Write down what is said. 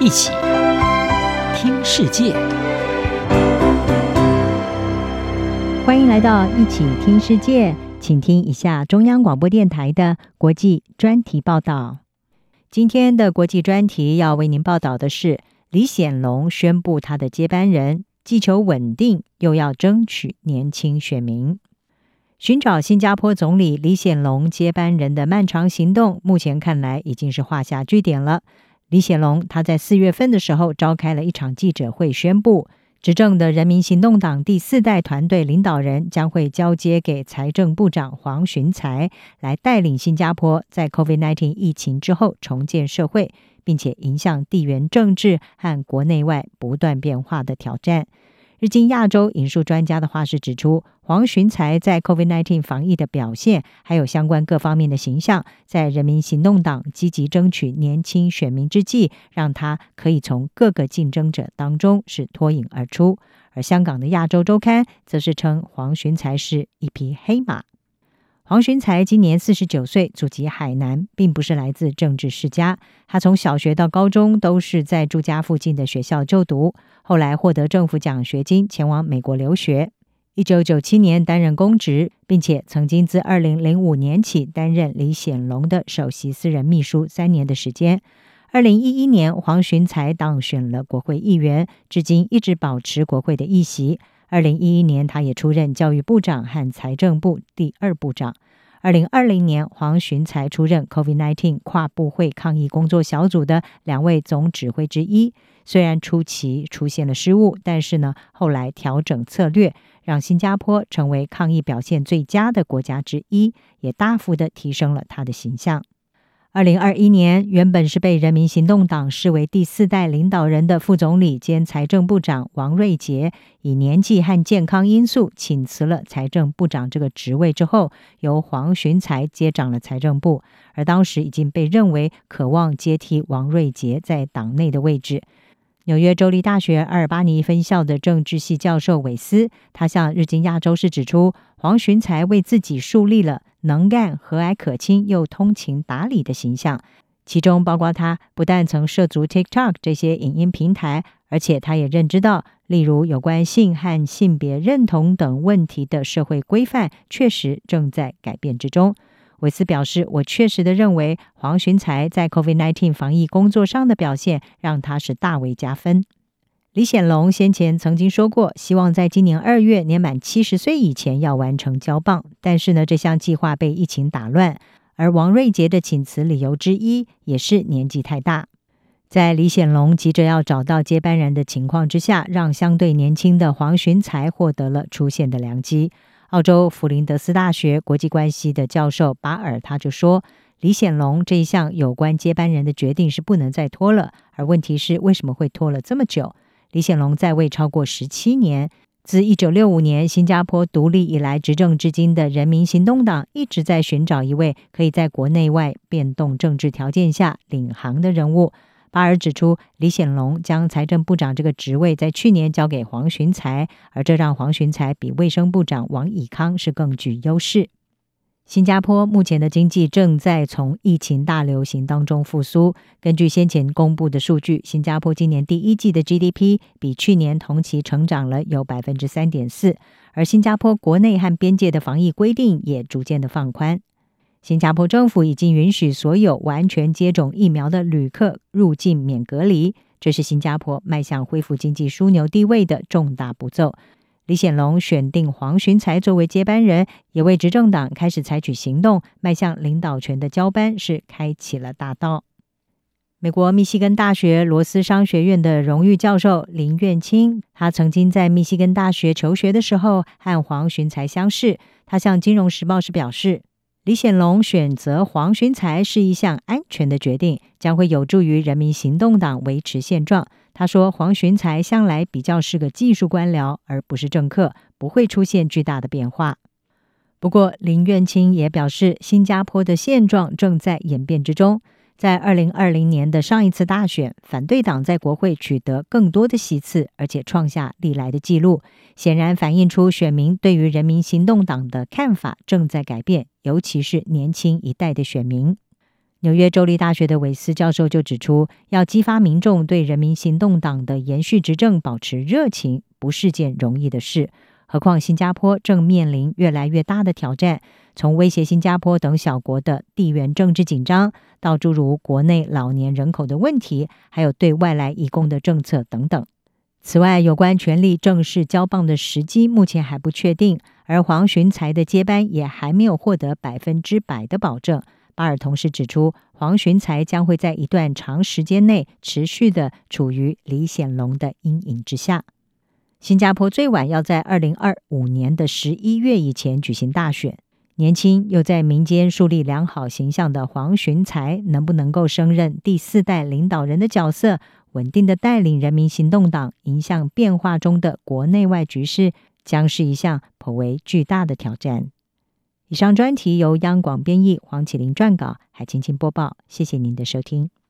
一起听世界。 欢迎来到一起听世界，请听一下中央广播电台的国际专题报道。今天的国际专题要为您报道的是，李显龙宣布他的接班人，既求稳定，又要争取年轻选民。寻找新加坡总理李显龙接班人的漫长行动，目前看来已经是画下句点了。李显龙他在4月份的时候召开了一场记者会，宣布执政的人民行动党第4代团队领导人将会交接给财政部长黄循财，来带领新加坡在 COVID-19 疫情之后重建社会，并且迎向地缘政治和国内外不断变化的挑战。日经亚洲引述专家的话是指出，黄循财在 COVID-19 防疫的表现，还有相关各方面的形象，在人民行动党积极争取年轻选民之际，让他可以从各个竞争者当中是脱颖而出。而香港的亚洲周刊则是称黄循财是一匹黑马。黄循财今年49岁，祖籍海南，并不是来自政治世家。他从小学到高中都是在住家附近的学校就读，后来获得政府奖学金前往美国留学。1997年担任公职，并且曾经自2005年起担任李显龙的首席私人秘书3年的时间。2011年，黄循财当选了国会议员，至今一直保持国会的议席。2011年，他也出任教育部长和财政部第2部长。2020年，黄循财出任 COVID-19 跨部会抗疫工作小组的2位总指挥之一。虽然初期出现了失误，但是呢，后来调整策略，让新加坡成为抗疫表现最佳的国家之一，也大幅的提升了他的形象。2021年，原本是被人民行动党视为第4代领导人的副总理兼财政部长王瑞杰，以年纪和健康因素请辞了财政部长这个职位之后，由黄循财接掌了财政部，而当时已经被认为渴望接替王瑞杰在党内的位置。纽约州立大学阿尔巴尼分校的政治系教授韦斯，他向日经亚洲是指出，黄循财为自己树立了能干、和蔼可亲又通情达理的形象，其中包括他不但曾涉足 TikTok 这些影音平台，而且他也认知到，例如有关性和性别认同等问题的社会规范确实正在改变之中。韦斯表示，我确实的认为黄循财在 COVID-19 防疫工作上的表现让他是大为加分。李显龙先前曾经说过，希望在今年2月年满70岁以前要完成交棒，但是呢，这项计划被疫情打乱，而王瑞杰的请辞理由之一也是年纪太大。在李显龙急着要找到接班人的情况之下，让相对年轻的黄循财获得了出现的良机。澳洲弗林德斯大学国际关系的教授巴尔他就说，李显龙这一项有关接班人的决定是不能再拖了，而问题是为什么会拖了这么久？李显龙在位超过17年，自1965年新加坡独立以来执政至今的人民行动党一直在寻找一位可以在国内外变动政治条件下领航的人物。巴尔指出，李显龙将财政部长这个职位在去年交给黄循财，而这让黄循财比卫生部长王以康是更具优势。新加坡目前的经济正在从疫情大流行当中复苏。根据先前公布的数据，新加坡今年第1季的 GDP 比去年同期成长了有 3.4%， 而新加坡国内和边界的防疫规定也逐渐的放宽。新加坡政府已经允许所有完全接种疫苗的旅客入境免隔离，这是新加坡迈向恢复经济枢纽地位的重大步骤。李显龙选定黄循财作为接班人，也为执政党开始采取行动，迈向领导权的交班是开启了大道。美国密西根大学罗斯商学院的荣誉教授林苑清，他曾经在密西根大学求学的时候和黄循财相识。他向《金融时报》时表示，李显龙选择黄循财是一项安全的决定，将会有助于人民行动党维持现状。他说，黄循财向来比较是个技术官僚，而不是政客，不会出现巨大的变化。不过林苑清也表示，新加坡的现状正在演变之中。在2020年的上一次大选，反对党在国会取得更多的席次，而且创下历来的纪录，显然反映出选民对于人民行动党的看法正在改变，尤其是年轻一代的选民。 纽约州立大学的韦斯教授就指出，要激发民众对人民行动党的延续执政保持热情，不是件容易的事。何况新加坡正面临越来越大的挑战，从威胁新加坡等小国的地缘政治紧张，到诸如国内老年人口的问题，还有对外来移工的政策等等。此外，有关权力正式交棒的时机目前还不确定，而黄循财的接班也还没有获得100%的保证。巴尔同时指出，黄循财将会在一段长时间内持续的处于李显龙的阴影之下。新加坡最晚要在2025年的11月以前举行大选。年轻又在民间树立良好形象的黄循财能不能够升任第4代领导人的角色，稳定的带领人民行动党迎向变化中的国内外局势，将是一项颇为巨大的挑战。以上专题由央广编译，黄启麟撰稿，海青青播报。谢谢您的收听。